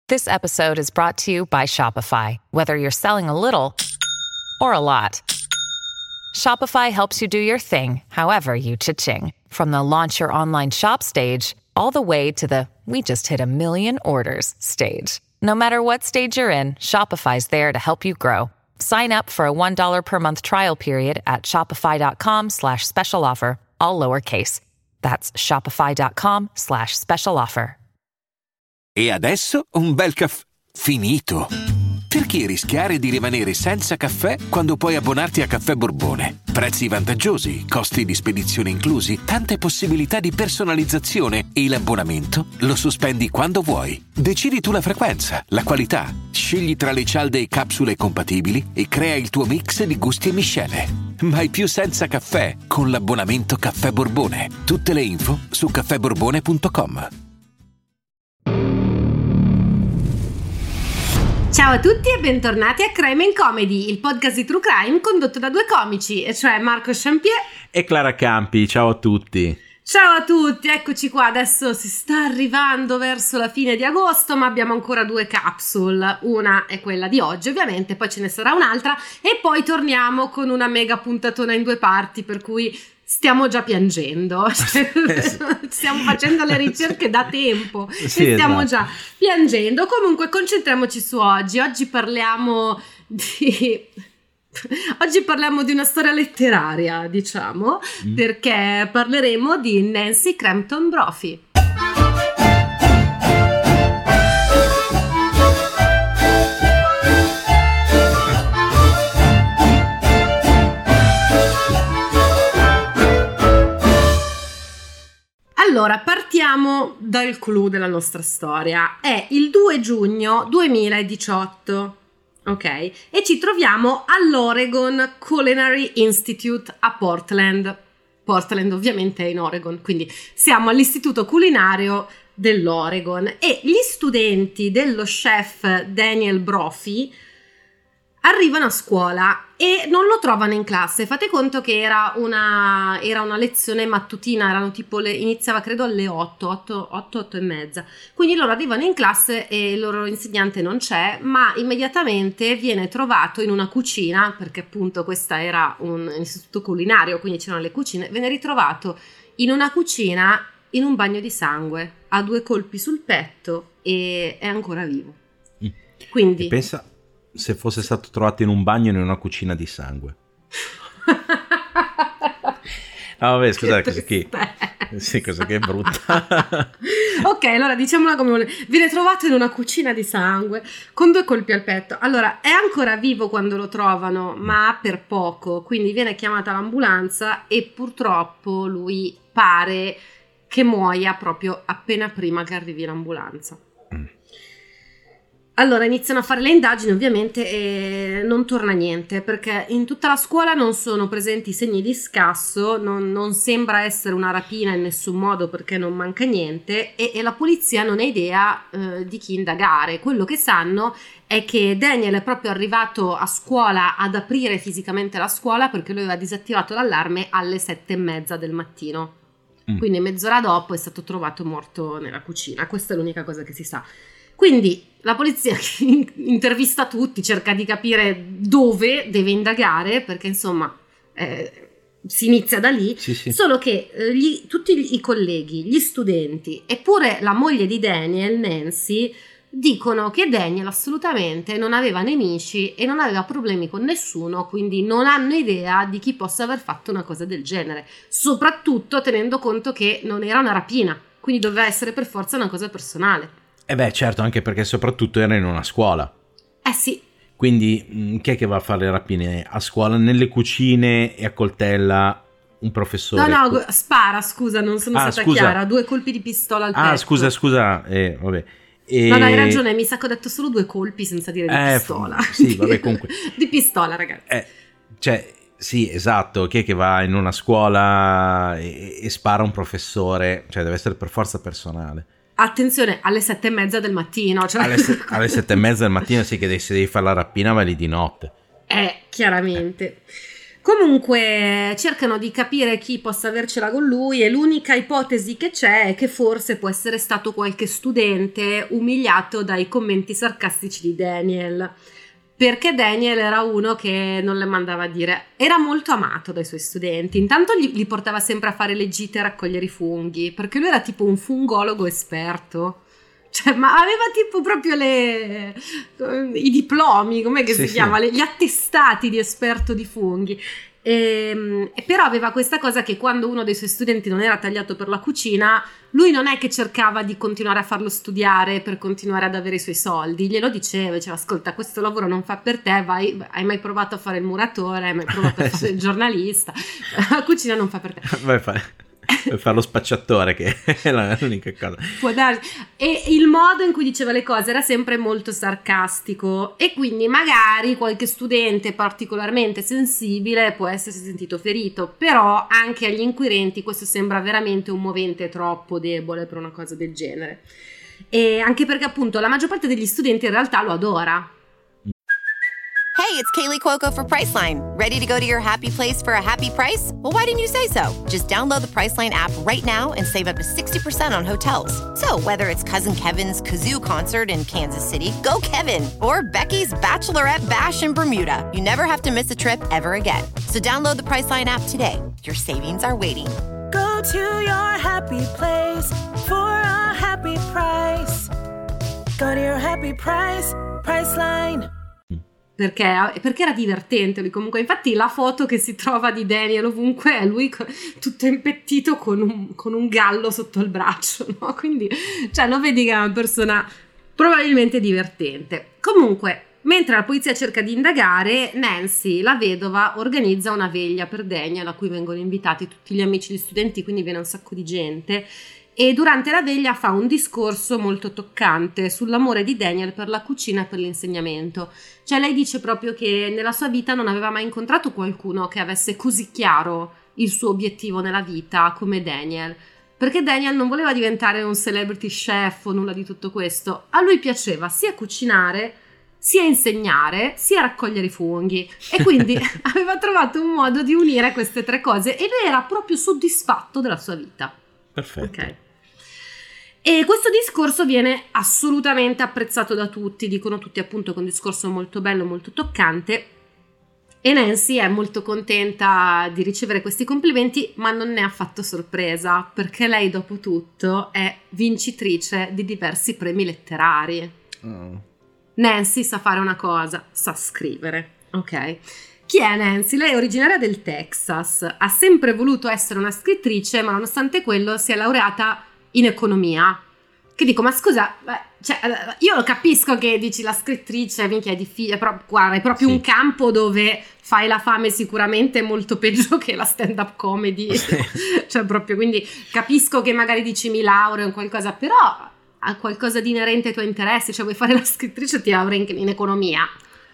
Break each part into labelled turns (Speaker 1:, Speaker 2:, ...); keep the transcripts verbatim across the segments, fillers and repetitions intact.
Speaker 1: This episode is brought to you by Shopify. Whether you're selling a little or a lot, Shopify helps you do your thing, however you cha-ching. From the launch your online shop stage, all the way to the we just hit a million orders stage. No matter what stage you're in, Shopify's there to help you grow. Sign up for a one dollar per month trial period at shopify.com slash special offer, all lowercase. That's shopify.com slash special offer.
Speaker 2: E adesso un bel caffè finito. Perché rischiare di rimanere senza caffè quando puoi abbonarti a Caffè Borbone? Prezzi vantaggiosi, costi di spedizione inclusi, tante possibilità di personalizzazione e l'abbonamento lo sospendi quando vuoi. Decidi tu la frequenza, la qualità, scegli tra le cialde e capsule compatibili e crea il tuo mix di gusti e miscele. Mai più senza caffè con l'abbonamento Caffè Borbone. Tutte le info su caffè borbone punto com.
Speaker 3: Ciao a tutti e bentornati a Crime and Comedy, il podcast di True Crime condotto da due comici, e cioè Marco Champier
Speaker 4: e Clara Campi. Ciao a tutti.
Speaker 3: Ciao a tutti, eccoci qua. Adesso si sta arrivando verso la fine di agosto, ma abbiamo ancora due capsule. Una è quella di oggi, ovviamente, poi ce ne sarà un'altra e poi torniamo con una mega puntatona in due parti, per cui stiamo già piangendo. Stiamo facendo le ricerche da tempo
Speaker 4: sì,
Speaker 3: e stiamo
Speaker 4: esatto.
Speaker 3: già piangendo. Comunque concentriamoci su oggi. Oggi parliamo di... Oggi parliamo di una storia letteraria, diciamo, mm. perché parleremo di Nancy Crampton Brophy. Allora, partiamo dal clou della nostra storia. È il due giugno duemiladiciotto, ok? E ci troviamo all'Oregon Culinary Institute a Portland. Portland ovviamente è in Oregon, quindi siamo all'istituto culinario dell'Oregon e gli studenti dello chef Daniel Brophy arrivano a scuola e non lo trovano in classe. Fate conto che era una, era una lezione mattutina, erano tipo le, iniziava credo alle otto, otto, otto, otto e mezza. Quindi loro arrivano in classe e il loro insegnante non c'è, ma immediatamente viene trovato in una cucina, perché appunto questa era un istituto culinario, quindi c'erano le cucine, viene ritrovato in una cucina in un bagno di sangue, ha due colpi sul petto e è ancora vivo. Quindi...
Speaker 4: E pensa... se fosse stato trovato in un bagno in una cucina di sangue. No, vabbè, scusate, cosa che sì, cosa che è brutta.
Speaker 3: Ok, allora diciamola come vuole. Viene trovato in una cucina di sangue con due colpi al petto. Allora, è ancora vivo quando lo trovano, ma per poco, quindi viene chiamata l'ambulanza e purtroppo lui pare che muoia proprio appena prima che arrivi l'ambulanza. Mm. Allora iniziano a fare le indagini ovviamente e non torna niente, perché in tutta la scuola non sono presenti segni di scasso, non, non sembra essere una rapina in nessun modo perché non manca niente e, e la polizia non ha idea eh, di chi indagare. Quello che sanno è che Daniel è proprio arrivato a scuola ad aprire fisicamente la scuola perché lui aveva disattivato l'allarme alle sette e mezza del mattino. Mm. Quindi mezz'ora dopo è stato trovato morto nella cucina. Questa è l'unica cosa che si sa. Quindi la polizia intervista tutti, cerca di capire dove deve indagare, perché insomma eh, si inizia da lì,
Speaker 4: sì, sì.
Speaker 3: Solo che eh, gli, tutti i colleghi, gli studenti e pure la moglie di Daniel, Nancy, dicono che Daniel assolutamente non aveva nemici e non aveva problemi con nessuno, quindi non hanno idea di chi possa aver fatto una cosa del genere, soprattutto tenendo conto che non era una rapina, quindi doveva essere per forza una cosa personale.
Speaker 4: Eh beh, certo, anche perché soprattutto era in una scuola.
Speaker 3: Eh sì.
Speaker 4: Quindi mh, chi è che va a fare le rapine a scuola? Nelle cucine e accoltella un professore?
Speaker 3: No, no, spara, scusa, non sono
Speaker 4: ah,
Speaker 3: stata
Speaker 4: scusa.
Speaker 3: chiara. Due colpi di pistola al petto.
Speaker 4: Ah, scusa, scusa, eh, vabbè. E...
Speaker 3: No, no, hai ragione, mi sa che ho detto solo due colpi senza dire di
Speaker 4: eh,
Speaker 3: pistola.
Speaker 4: Sì, vabbè, comunque.
Speaker 3: Di pistola, ragazzi.
Speaker 4: Eh, cioè, sì, esatto, chi è che va in una scuola e, e spara un professore? Cioè, deve essere per forza personale.
Speaker 3: Attenzione, alle sette e mezza del mattino. Cioè...
Speaker 4: Alle, se- alle sette e mezza del mattino, sì, che se devi fare la rapina vai lì di notte.
Speaker 3: Eh, chiaramente. Comunque cercano di capire chi possa avercela con lui e l'unica ipotesi che c'è è che forse può essere stato qualche studente umiliato dai commenti sarcastici di Daniel, perché Daniel era uno che non le mandava a dire, era molto amato dai suoi studenti, intanto gli, li portava sempre a fare le gite a raccogliere i funghi, perché lui era tipo un fungologo esperto. Cioè, ma aveva tipo proprio le, i diplomi, com'è che
Speaker 4: sì,
Speaker 3: si chiama?
Speaker 4: sì.
Speaker 3: Le, gli attestati di esperto di funghi. E, e però aveva questa cosa che quando uno dei suoi studenti non era tagliato per la cucina, lui non è che cercava di continuare a farlo studiare per continuare ad avere i suoi soldi, glielo diceva, diceva ascolta, questo lavoro non fa per te, vai, hai mai provato a fare il muratore, hai mai provato a fare il giornalista, la cucina non fa per te.
Speaker 4: Vai a fare... per fare lo spacciatore, che è l'unica cosa.
Speaker 3: Può darsi. E il modo in cui diceva le cose era sempre molto sarcastico e quindi magari qualche studente particolarmente sensibile può essersi sentito ferito, però anche agli inquirenti questo sembra veramente un movente troppo debole per una cosa del genere, e anche perché appunto la maggior parte degli studenti in realtà lo adora.
Speaker 5: Hey, it's Kaylee Cuoco for Priceline. Ready to go to your happy place for a happy price? Well, why didn't you say so? Just download the Priceline app right now and save up to sixty percent on hotels. So whether it's Cousin Kevin's Kazoo Concert in Kansas City, go Kevin, or Becky's Bachelorette Bash in Bermuda, you never have to miss a trip ever again. So download the Priceline app today. Your savings are waiting.
Speaker 6: Go to your happy place for a happy price. Go to your happy price, Priceline.
Speaker 3: Perché, perché era divertente lui comunque, infatti la foto che si trova di Daniel ovunque è lui tutto impettito con un, con un gallo sotto il braccio, no? Quindi cioè lo vedi che è una persona probabilmente divertente. Comunque, mentre la polizia cerca di indagare, Nancy, la vedova, organizza una veglia per Daniel a cui vengono invitati tutti gli amici e gli studenti, quindi viene un sacco di gente. E durante la veglia fa un discorso molto toccante sull'amore di Daniel per la cucina e per l'insegnamento. Cioè lei dice proprio che nella sua vita non aveva mai incontrato qualcuno che avesse così chiaro il suo obiettivo nella vita come Daniel, perché Daniel non voleva diventare un celebrity chef o nulla di tutto questo. A lui piaceva sia cucinare, sia insegnare, sia raccogliere i funghi, e quindi aveva trovato un modo di unire queste tre cose e lui era proprio soddisfatto della sua vita.
Speaker 4: Perfetto.
Speaker 3: Ok. E questo discorso viene assolutamente apprezzato da tutti, dicono tutti appunto che è un discorso molto bello, molto toccante, e Nancy è molto contenta di ricevere questi complimenti, ma non ne ha affatto sorpresa, perché lei dopo tutto è vincitrice di diversi premi letterari.
Speaker 4: Oh.
Speaker 3: Nancy sa fare una cosa, sa scrivere, ok? Chi è Nancy? Lei è originaria del Texas, ha sempre voluto essere una scrittrice, ma nonostante quello si è laureata in economia. Che dico, ma scusa, cioè, io lo capisco che dici la scrittrice, minchia, è difficile, però guarda, è proprio
Speaker 4: sì.
Speaker 3: un campo dove fai la fame sicuramente molto peggio che la stand-up comedy,
Speaker 4: sì.
Speaker 3: Cioè proprio, quindi capisco che magari dici mi laureo in qualcosa, però ha qualcosa di inerente ai tuoi interessi, cioè vuoi fare la scrittrice, ti laurei in, in economia.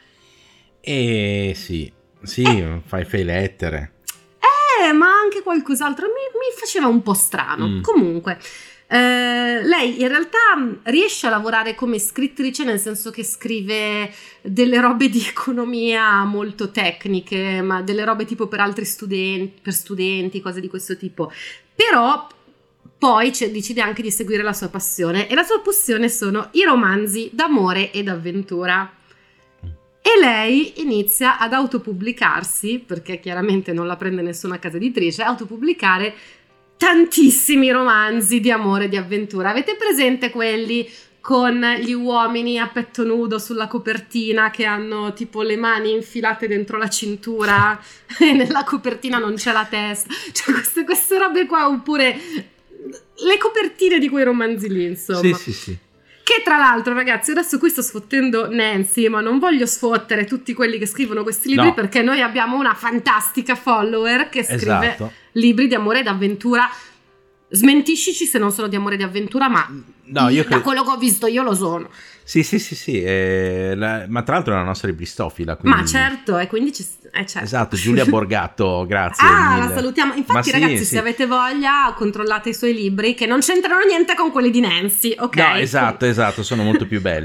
Speaker 4: Eh sì, sì,
Speaker 3: eh.
Speaker 4: fai, fai lettere.
Speaker 3: Eh, ma anche qualcos'altro mi, mi faceva un po' strano. Mm. Comunque, eh, lei in realtà riesce a lavorare come scrittrice, nel senso che scrive delle robe di economia molto tecniche, ma delle robe tipo per altri studenti, per studenti, cose di questo tipo. Però poi decide anche di seguire la sua passione, e la sua passione sono i romanzi d'amore e d'avventura. E lei inizia ad autopubblicarsi, perché chiaramente non la prende nessuna casa editrice, autopubblicare tantissimi romanzi di amore e di avventura. Avete presente quelli con gli uomini a petto nudo sulla copertina che hanno tipo le mani infilate dentro la cintura e nella copertina non c'è la testa? Cioè queste, queste robe qua, oppure le copertine di quei romanzi lì, insomma.
Speaker 4: Sì, sì, sì.
Speaker 3: Che tra l'altro, ragazzi, adesso qui sto sfottendo Nancy, ma non voglio sfottere tutti quelli che scrivono questi libri, no. Perché noi abbiamo una fantastica follower che scrive
Speaker 4: esatto.
Speaker 3: libri di amore e d'avventura. Smentiscici se non sono di amore e di avventura, ma
Speaker 4: no, io
Speaker 3: da
Speaker 4: credo...
Speaker 3: quello che ho visto io lo sono.
Speaker 4: Sì, sì, sì, sì. Eh, la... ma tra l'altro è la nostra libristofila. Quindi...
Speaker 3: Ma certo, e quindi ci... eh, certo.
Speaker 4: Esatto, Giulia Borgatto, grazie.
Speaker 3: Ah,
Speaker 4: mille.
Speaker 3: La salutiamo. Infatti,
Speaker 4: ma
Speaker 3: ragazzi,
Speaker 4: sì,
Speaker 3: se
Speaker 4: sì.
Speaker 3: avete voglia, controllate i suoi libri, che non c'entrano niente con quelli di Nancy, ok?
Speaker 4: No, esatto, esatto, sono molto più belli.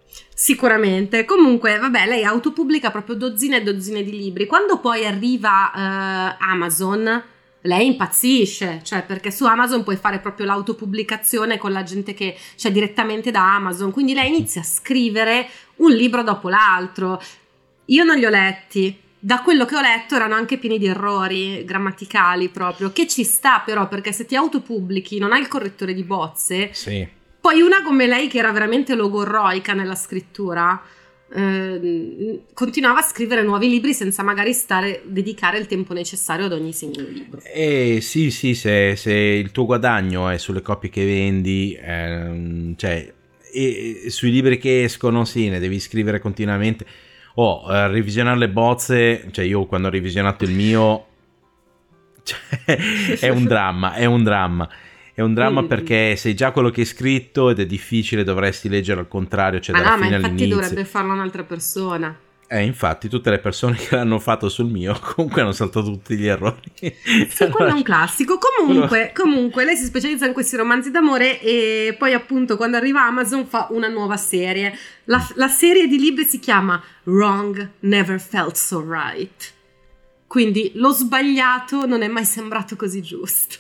Speaker 3: Sicuramente. Comunque, vabbè, lei autopubblica proprio dozzine e dozzine di libri. Quando poi arriva uh, Amazon, lei impazzisce, cioè perché su Amazon puoi fare proprio l'autopubblicazione con la gente che c'è direttamente da Amazon, quindi lei inizia a scrivere un libro dopo l'altro. Io non li ho letti, da quello che ho letto erano anche pieni di errori grammaticali proprio, che ci sta però, perché se ti autopubblichi non hai il correttore di bozze,
Speaker 4: sì.
Speaker 3: Poi una come lei che era veramente logorroica nella scrittura, Eh, continuava a scrivere nuovi libri senza magari stare dedicare il tempo necessario ad ogni singolo libro.
Speaker 4: Eh sì, sì, se, se il tuo guadagno è sulle copie che vendi, ehm, cioè e, e sui libri che escono, sì, ne devi scrivere continuamente. O oh, eh, revisionare le bozze, cioè io quando ho revisionato il mio, cioè, è un dramma, è un dramma. È un dramma perché sei già quello che hai scritto ed è difficile, dovresti leggere al contrario, cioè
Speaker 3: ma
Speaker 4: dalla
Speaker 3: no,
Speaker 4: fine
Speaker 3: ma infatti
Speaker 4: all'inizio.
Speaker 3: dovrebbe farlo un'altra persona.
Speaker 4: Eh, infatti tutte le persone che l'hanno fatto sul mio comunque hanno saltato tutti gli errori.
Speaker 3: Sì, quello è un classico. Comunque, comunque lei si specializza in questi romanzi d'amore e poi appunto quando arriva Amazon fa una nuova serie. La, la serie di libri si chiama Wrong Never Felt So Right. Quindi lo sbagliato non è mai sembrato così giusto.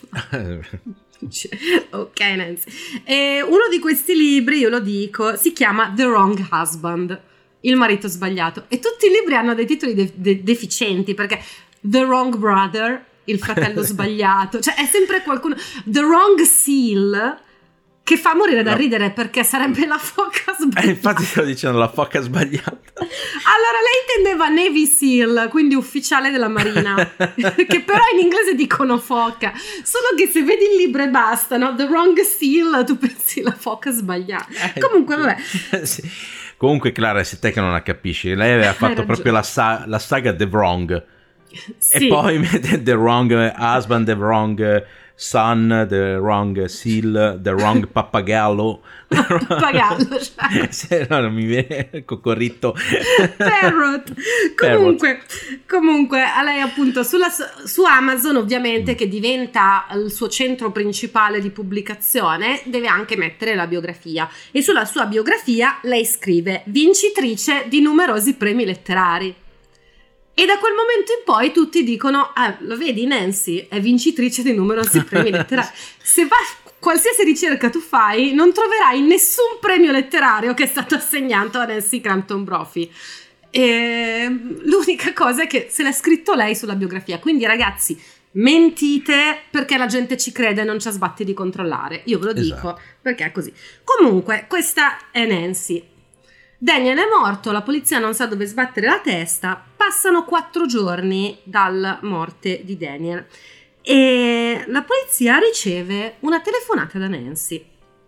Speaker 3: Ok, Nancy. E uno di questi libri, io lo dico, si chiama The Wrong Husband, il marito sbagliato, e tutti i libri hanno dei titoli de- de- deficienti perché The Wrong Brother, il fratello sbagliato, cioè è sempre qualcuno. The Wrong Seal, che fa morire da
Speaker 4: no. ridere
Speaker 3: perché sarebbe la foca sbagliata.
Speaker 4: Eh, infatti stavo dicendo la foca sbagliata.
Speaker 3: Allora lei intendeva Navy Seal, quindi ufficiale della marina, che però in inglese dicono foca, solo che se vedi il libro e basta, no? The Wrong Seal, tu pensi la foca sbagliata.
Speaker 4: Eh,
Speaker 3: Comunque vabbè.
Speaker 4: Sì. Comunque Clara, sei te che non la capisci, lei aveva fatto proprio la, sa- la saga The Wrong, sì. E poi mette The Wrong Husband, The Wrong Son, The Wrong Seal, The Wrong Pappagallo.
Speaker 3: Pappagallo, cioè.
Speaker 4: Se no, non mi viene cocorritto.
Speaker 3: Parrot. Comunque, comunque, a lei appunto sulla, su Amazon ovviamente, mm. che diventa il suo centro principale di pubblicazione, deve anche mettere la biografia, e sulla sua biografia lei scrive vincitrice di numerosi premi letterari. E da quel momento in poi tutti dicono, ah, lo vedi, Nancy è vincitrice di numerosi premi letterari. Se va, qualsiasi ricerca tu fai, non troverai nessun premio letterario che è stato assegnato a Nancy Crampton Brophy. E l'unica cosa è che se l'ha scritto lei sulla biografia. Quindi ragazzi, mentite perché la gente ci crede e non ci ha sbatti di controllare. Io ve lo dico, esatto. Perché è così. Comunque, questa è Nancy. Daniel è morto, la polizia non sa dove sbattere la testa. Passano quattro giorni dalla morte di Daniel e la polizia riceve una telefonata da Nancy.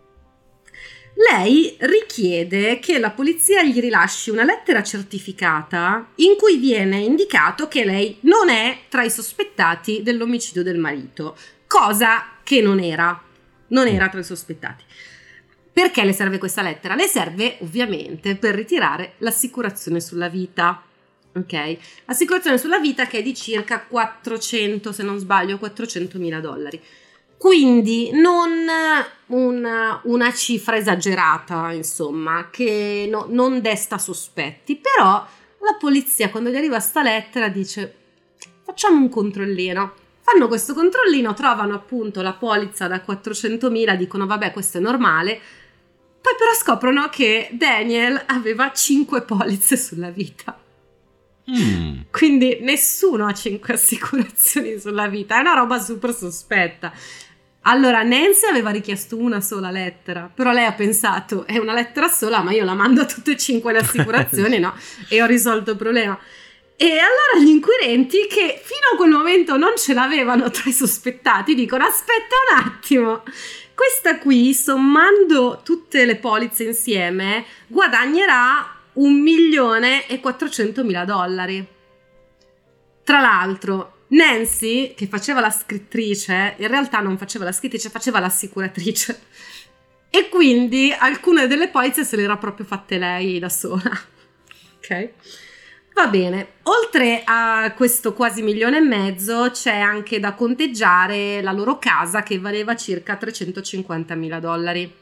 Speaker 3: Lei richiede che la polizia gli rilasci una lettera certificata in cui viene indicato che lei non è tra i sospettati dell'omicidio del marito, cosa che non era, non era tra i sospettati. Perché le serve questa lettera? Le serve ovviamente per ritirare l'assicurazione sulla vita, ok? Assicurazione sulla vita che è di circa quattrocento, se non sbaglio, quattrocentomila dollari. Quindi non una, una cifra esagerata, insomma, che no, non desta sospetti. Però la polizia, quando gli arriva sta lettera, dice facciamo un controllino. Fanno questo controllino, trovano appunto la polizza da quattrocentomila, dicono vabbè, questo è normale. Poi però scoprono che Daniel aveva cinque polizze sulla vita. Mm. Quindi nessuno ha cinque assicurazioni sulla vita, è una roba super sospetta. Allora Nancy aveva richiesto una sola lettera, però lei ha pensato è una lettera sola, ma io la mando a tutte e cinque le assicurazioni, no? E ho risolto il problema. E allora gli inquirenti, che fino a quel momento non ce l'avevano tra i sospettati, dicono aspetta un attimo, questa qui, sommando tutte le polizze insieme, guadagnerà un milione e quattrocentomila dollari. Tra l'altro Nancy, che faceva la scrittrice, in realtà non faceva la scrittrice, faceva l'assicuratrice, e quindi alcune delle polizze se le era proprio fatte lei da sola. Ok? Va bene, oltre a questo quasi milione e mezzo c'è anche da conteggiare la loro casa che valeva circa trecentocinquantamila dollari.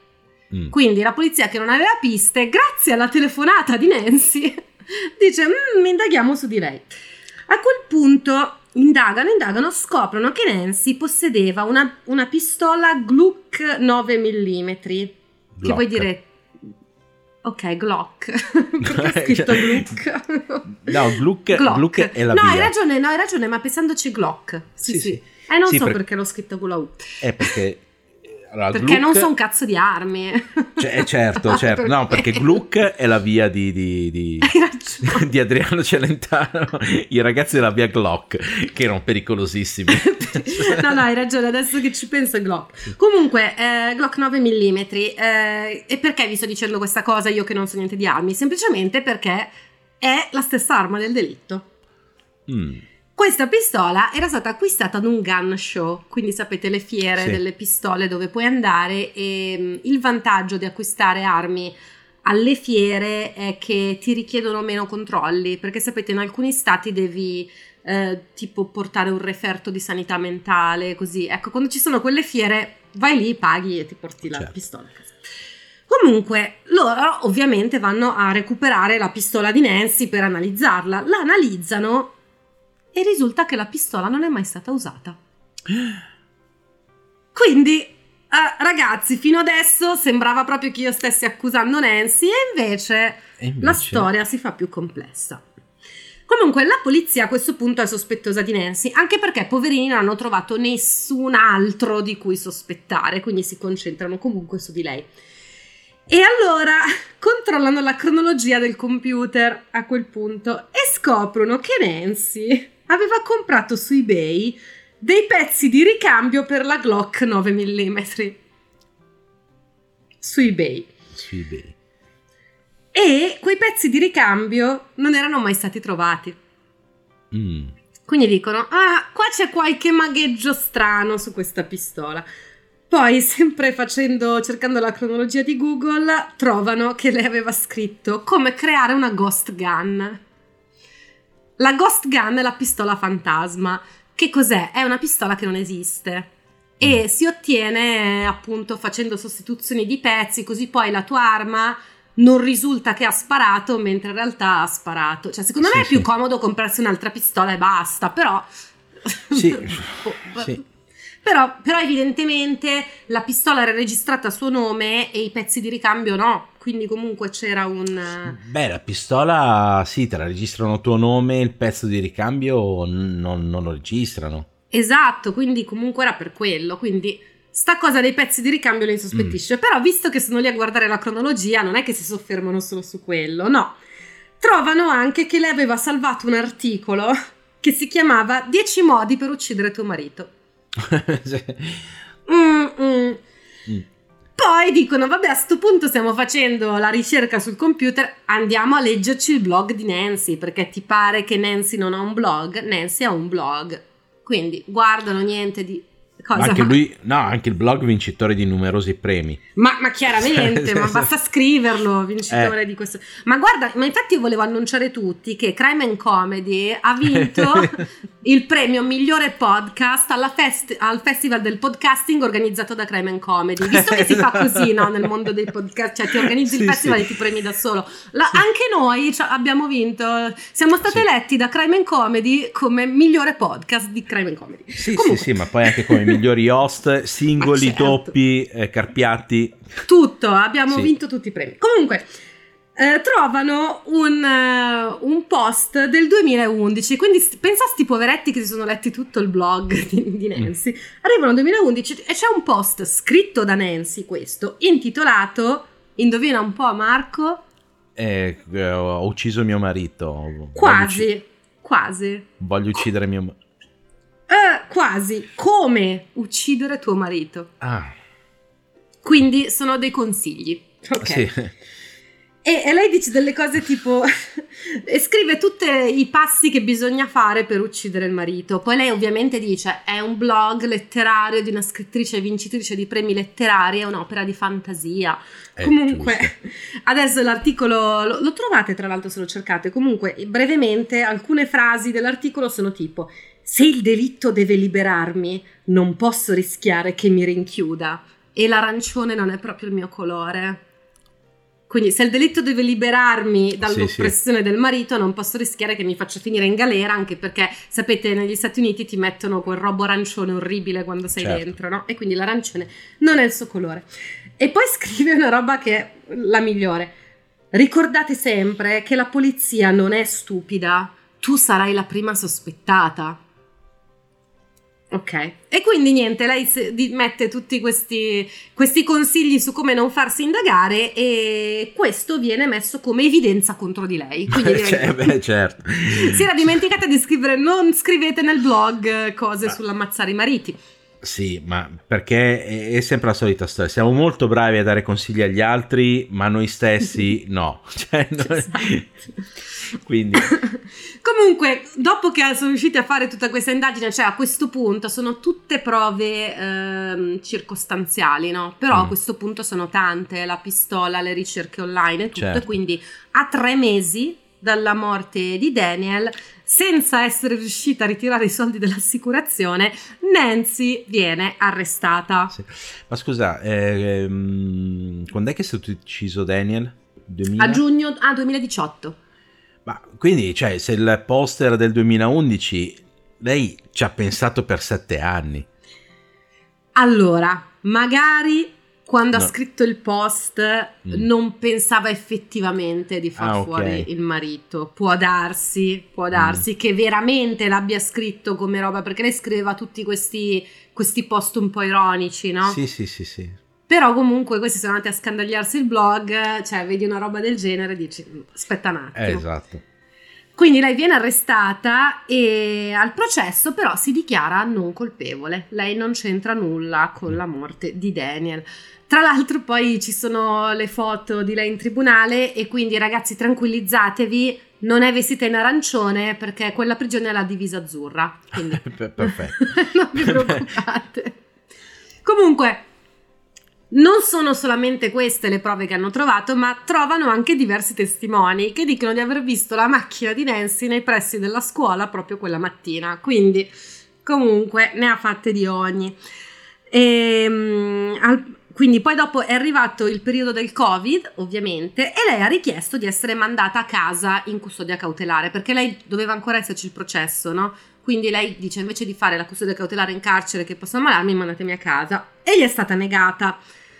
Speaker 3: Mm. Quindi la polizia, che non aveva piste, grazie alla telefonata di Nancy, dice mm, indaghiamo su di lei. A quel punto indagano, indagano, scoprono che Nancy possedeva una, una pistola Glock nove millimetri. Glock. Che vuol dire... Ok, Glock. Perché è scritto Glock?
Speaker 4: No, Glock, Glock. Glock è la
Speaker 3: no,
Speaker 4: via.
Speaker 3: hai ragione, no, hai ragione, ma pensandoci Glock. Sì, sì. sì. sì. Eh, non
Speaker 4: sì,
Speaker 3: so
Speaker 4: per...
Speaker 3: perché l'ho scritto con la U.
Speaker 4: È perché... Allora,
Speaker 3: perché
Speaker 4: Gluck...
Speaker 3: non so un cazzo di armi.
Speaker 4: Cioè, certo, certo. No, perché Gluck è la via di, di, di, di Adriano Celentano. I ragazzi della via Glock, che erano pericolosissimi.
Speaker 3: No, no, hai ragione, adesso che ci penso è Glock. Comunque, eh, Glock nove millimetri. Eh, e perché vi sto dicendo questa cosa io che non so niente di armi? Semplicemente perché è la stessa arma del delitto. Mm. Questa pistola era stata acquistata ad un gun show, quindi sapete le fiere sì. delle pistole dove puoi andare, e um, il vantaggio di acquistare armi alle fiere è che ti richiedono meno controlli, perché sapete in alcuni stati devi eh, tipo portare un referto di sanità mentale, così. Ecco, quando ci sono quelle fiere vai lì, paghi e ti porti la certo. pistola a casa. Comunque loro ovviamente vanno a recuperare la pistola di Nancy per analizzarla, la analizzano e risulta che la pistola non è mai stata usata. Quindi, eh, ragazzi, fino adesso sembrava proprio che io stessi accusando Nancy e invece, e invece la storia si fa più complessa. Comunque la polizia a questo punto è sospettosa di Nancy, anche perché poverini non hanno trovato nessun altro di cui sospettare, quindi si concentrano comunque su di lei. E allora controllano la cronologia del computer a quel punto e scoprono che Nancy aveva comprato su eBay dei pezzi di ricambio per la Glock nove millimetri. Su eBay.
Speaker 4: Su eBay.
Speaker 3: E quei pezzi di ricambio non erano mai stati trovati. Mm. Quindi dicono, ah, qua c'è qualche magheggio strano su questa pistola. Poi, sempre facendo, cercando la cronologia di Google, trovano che lei aveva scritto come creare una ghost gun. La ghost gun è la pistola fantasma. Che cos'è? È una pistola che non esiste e si ottiene appunto facendo sostituzioni di pezzi, così poi la tua arma non risulta che ha sparato mentre in realtà ha sparato. Cioè, secondo sì, me è più sì. comodo comprarsi un'altra pistola e basta, però...
Speaker 4: Sì, sì.
Speaker 3: Però, però evidentemente la pistola era registrata a suo nome e i pezzi di ricambio no, quindi comunque c'era un...
Speaker 4: Beh, la pistola sì, te la registrano a tuo nome, il pezzo di ricambio non, non lo registrano.
Speaker 3: Esatto, quindi comunque era per quello, quindi sta cosa dei pezzi di ricambio le insospettisce, mm. però visto che sono lì a guardare la cronologia non è che si soffermano solo su quello, no. Trovano anche che lei aveva salvato un articolo che si chiamava dieci modi per uccidere tuo marito.
Speaker 4: sì.
Speaker 3: mm, mm. Mm. Poi dicono vabbè, a sto punto stiamo facendo la ricerca sul computer, andiamo a leggerci il blog di Nancy, perché ti pare che Nancy non ha un blog? Nancy ha un blog, quindi guardano niente di cosa,
Speaker 4: anche lui, no, anche il blog vincitore di numerosi premi,
Speaker 3: ma, ma chiaramente ma basta scriverlo vincitore eh. di questo, ma guarda, ma infatti io volevo annunciare tutti che Crime and Comedy ha vinto il premio migliore podcast alla fest- al festival del podcasting organizzato da Crime and Comedy, visto che si fa così, no, nel mondo dei podcast, cioè ti organizzi sì, il festival sì. e ti premi da solo. La, sì. Anche noi cioè, abbiamo vinto, siamo stati sì. eletti da Crime and Comedy come migliore podcast di Crime and Comedy.
Speaker 4: Sì, Comunque. sì, sì, ma poi anche come migliori host, singoli, certo. doppi, eh, carpiati.
Speaker 3: Tutto, abbiamo sì. vinto tutti i premi. Comunque, eh, trovano un, uh, un post del duemilaundici, quindi st- pensa a sti poveretti che si sono letti tutto il blog di, di Nancy. Mm. Arrivano al duemilaundici e c'è un post scritto da Nancy, questo, intitolato, indovina un po' Marco?
Speaker 4: Eh, eh, ho ucciso mio marito.
Speaker 3: Quasi,
Speaker 4: Voglio ucc-
Speaker 3: quasi.
Speaker 4: Voglio uccidere mio marito.
Speaker 3: Uh, quasi, come uccidere tuo marito.
Speaker 4: Ah.
Speaker 3: Quindi sono dei consigli. Ok.
Speaker 4: Sì.
Speaker 3: E, e lei dice delle cose tipo e scrive tutti i passi che bisogna fare per uccidere il marito. Poi lei ovviamente dice è un blog letterario di una scrittrice vincitrice di premi letterari, è un'opera di fantasia. È comunque giusto. Adesso l'articolo lo, lo trovate tra l'altro se lo cercate. Comunque brevemente alcune frasi dell'articolo sono tipo: se il delitto deve liberarmi non posso rischiare che mi rinchiuda. e l'arancione non è proprio il mio colore. Quindi se il delitto deve liberarmi dall'oppressione sì, sì. del marito, non posso rischiare che mi faccia finire in galera, anche perché sapete negli Stati Uniti ti mettono quel robo arancione orribile quando sei certo. dentro, no? E quindi l'arancione non è il suo colore. E poi scrive una roba che è la migliore: ricordate sempre che la polizia non è stupida, tu sarai la prima sospettata. Ok, e quindi niente, lei se, di, mette tutti questi, questi consigli su come non farsi indagare, e questo viene messo come evidenza contro di lei. Quindi direi,
Speaker 4: cioè, beh, certo.
Speaker 3: si era dimenticata di scrivere: non scrivete nel blog cose ma, sull'ammazzare i mariti.
Speaker 4: Sì, ma perché è, è sempre la solita storia, siamo molto bravi a dare consigli agli altri, ma noi stessi no, cioè, noi...
Speaker 3: Esatto.
Speaker 4: Quindi
Speaker 3: comunque, dopo che sono riusciti a fare tutta questa indagine, cioè a questo punto sono tutte prove ehm, circostanziali, no? Però mm. a questo punto sono tante, la pistola, le ricerche online e tutto,
Speaker 4: certo.
Speaker 3: E quindi a tre mesi dalla morte di Daniel, senza essere riuscita a ritirare i soldi dell'assicurazione, Nancy viene arrestata.
Speaker 4: Sì. Ma scusa, ehm, quando è che è stato ucciso Daniel? duemila?
Speaker 3: A giugno ah, duemiladiciotto.
Speaker 4: Ma quindi, cioè, se il poster del duemilaundici, lei ci ha pensato per sette anni.
Speaker 3: Allora, magari quando no. ha scritto il post mm. non pensava effettivamente di far
Speaker 4: ah,
Speaker 3: fuori
Speaker 4: okay.
Speaker 3: il marito. Può darsi, può darsi mm. che veramente l'abbia scritto come roba, perché lei scriveva tutti questi, questi post un po' ironici, no?
Speaker 4: Sì, sì, sì, sì.
Speaker 3: Però comunque questi sono andati a scandagliarsi il blog, cioè vedi una roba del genere e dici aspetta un attimo.
Speaker 4: Eh, esatto.
Speaker 3: Quindi lei viene arrestata e al processo però si dichiara non colpevole. Lei non c'entra nulla con la morte di Daniel. Tra l'altro poi ci sono le foto di lei in tribunale e quindi ragazzi tranquillizzatevi, non è vestita in arancione perché quella prigione è la divisa azzurra. Quindi
Speaker 4: perfetto.
Speaker 3: Non vi preoccupate. Comunque non sono solamente queste le prove che hanno trovato, ma trovano anche diversi testimoni che dicono di aver visto la macchina di Nancy nei pressi della scuola proprio quella mattina. Quindi comunque ne ha fatte di ogni. E, um, al, quindi poi dopo è arrivato il periodo del Covid, ovviamente, e lei ha richiesto di essere mandata a casa in custodia cautelare, perché lei doveva ancora esserci il processo, no? Quindi lei dice: invece di fare la custodia cautelare in carcere che posso ammalarmi, mandatemi a casa. E gli è stata negata.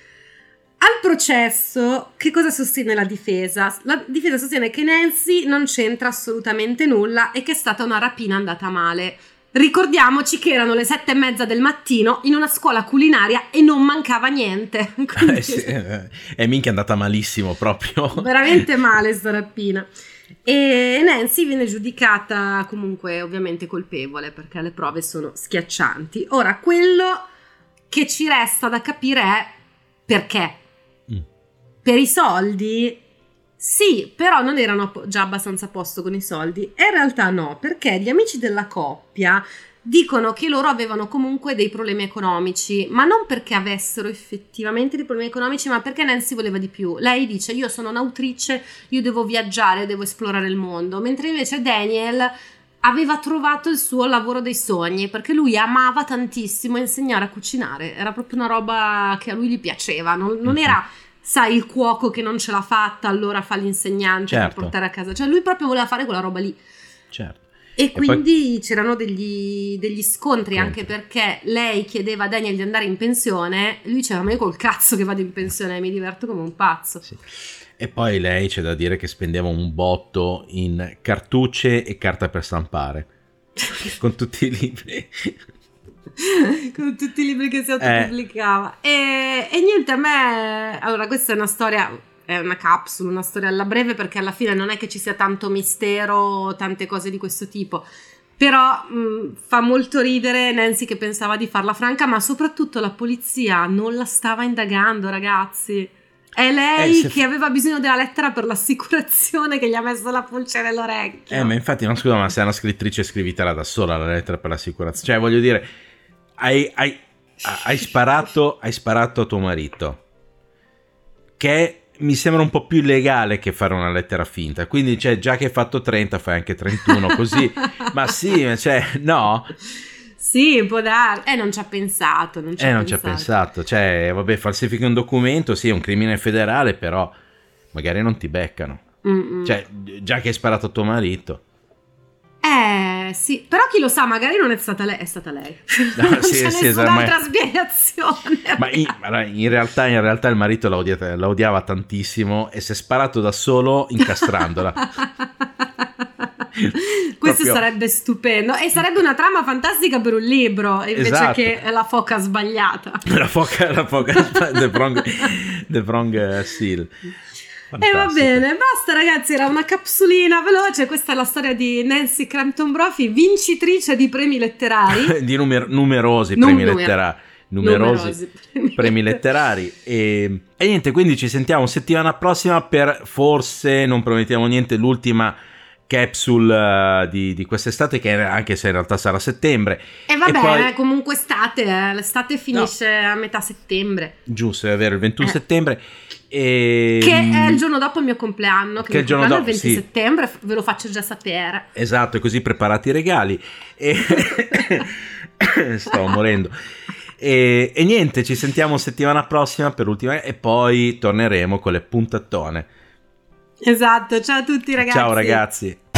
Speaker 3: Al processo, che cosa sostiene la difesa? La difesa sostiene che Nancy non c'entra assolutamente nulla e che è stata una rapina andata male. Ricordiamoci che erano le sette e mezza del mattino in una scuola culinaria e non mancava niente. Quindi...
Speaker 4: Eh sì, eh, è minchia andata malissimo proprio.
Speaker 3: Veramente male sta rapina. E Nancy viene giudicata comunque ovviamente colpevole perché le prove sono schiaccianti. Ora, quello che ci resta da capire è perché. Mm. Per i soldi? Sì, però non erano già abbastanza a posto con i soldi. E in realtà no, perché gli amici della coppia dicono che loro avevano comunque dei problemi economici, ma non perché avessero effettivamente dei problemi economici, ma perché Nancy voleva di più. Lei dice: io sono un'autrice, io devo viaggiare, devo esplorare il mondo, mentre invece Daniel aveva trovato il suo lavoro dei sogni, perché lui amava tantissimo insegnare a cucinare, era proprio una roba che a lui gli piaceva, non, non era, sai, il cuoco che non ce l'ha fatta, allora fa l'insegnante, certo, per portare a casa, cioè lui proprio voleva fare quella roba lì.
Speaker 4: Certo.
Speaker 3: E, e quindi
Speaker 4: poi...
Speaker 3: c'erano degli, degli scontri, anche perché lei chiedeva a Daniel di andare in pensione, lui diceva: ma io col cazzo che vado in pensione, mi diverto come un pazzo. Sì.
Speaker 4: E poi lei, c'è da dire che spendeva un botto in cartucce e carta per stampare, con tutti i libri.
Speaker 3: Con tutti i libri che si autopubblicava. Eh. E, e niente, a me... Allora, questa è una storia... è una capsula, una storia alla breve, perché alla fine non è che ci sia tanto mistero, tante cose di questo tipo, però mh, fa molto ridere Nancy che pensava di farla franca, ma soprattutto la polizia non la stava indagando, ragazzi. È lei eh, che f... aveva bisogno della lettera per l'assicurazione, che gli ha messo la pulce nell'orecchio.
Speaker 4: Eh, ma infatti, no, scusa, ma sei una scrittrice, scrivitela da sola la lettera per l'assicurazione. Cioè, voglio dire, hai, hai, hai sparato hai sparato a tuo marito, che mi sembra un po' più illegale che fare una lettera finta, quindi cioè, già che hai fatto trenta fai anche trentuno, così. Ma sì, cioè no.
Speaker 3: Sì, può dare. Eh, non ci ha pensato. Non ci
Speaker 4: eh,
Speaker 3: ha
Speaker 4: non ci ha pensato. Cioè, vabbè, falsifichi un documento, sì, è un crimine federale, però magari non ti beccano.
Speaker 3: Mm-mm.
Speaker 4: Cioè, già che hai sparato a tuo marito.
Speaker 3: Eh, sì. Però chi lo sa, magari non è stata lei, è stata lei.
Speaker 4: No,
Speaker 3: non
Speaker 4: sì,
Speaker 3: c'è
Speaker 4: sì,
Speaker 3: nessun'altra
Speaker 4: ma...
Speaker 3: spiegazione.
Speaker 4: Ma in, in, realtà, in realtà il marito la odiava, la odiava tantissimo e si è sparato da solo incastrandola.
Speaker 3: Questo
Speaker 4: Proprio...
Speaker 3: sarebbe stupendo e sarebbe una trama fantastica per un libro invece
Speaker 4: esatto.
Speaker 3: che la foca sbagliata.
Speaker 4: La foca, la foca The Wrong, The Wrong Seal.
Speaker 3: E va bene, basta ragazzi, era una capsulina veloce. Questa è la storia di Nancy Crampton Brophy, vincitrice di premi letterari.
Speaker 4: Di numer- numerosi
Speaker 3: Non
Speaker 4: premi
Speaker 3: numer-
Speaker 4: letterari. Numerosi,
Speaker 3: numerosi
Speaker 4: premi, premi letterari e, e niente, quindi ci sentiamo settimana prossima per, forse, non promettiamo niente, l'ultima capsule uh, di, di quest'estate, che anche se in realtà sarà settembre.
Speaker 3: E va
Speaker 4: e
Speaker 3: bene,
Speaker 4: poi...
Speaker 3: comunque estate, eh, l'estate finisce no. a metà settembre.
Speaker 4: Giusto, è vero, il ventuno
Speaker 3: eh.
Speaker 4: settembre. E...
Speaker 3: Che è il giorno dopo il mio compleanno, che,
Speaker 4: che
Speaker 3: il giorno dopo, il venti
Speaker 4: sì.
Speaker 3: settembre, ve lo faccio già sapere.
Speaker 4: Esatto, e così preparate i regali. E... Stavo morendo. E, e niente, ci sentiamo settimana prossima per l'ultima e poi torneremo con le puntatone.
Speaker 3: Esatto, ciao a tutti ragazzi.
Speaker 4: Ciao ragazzi.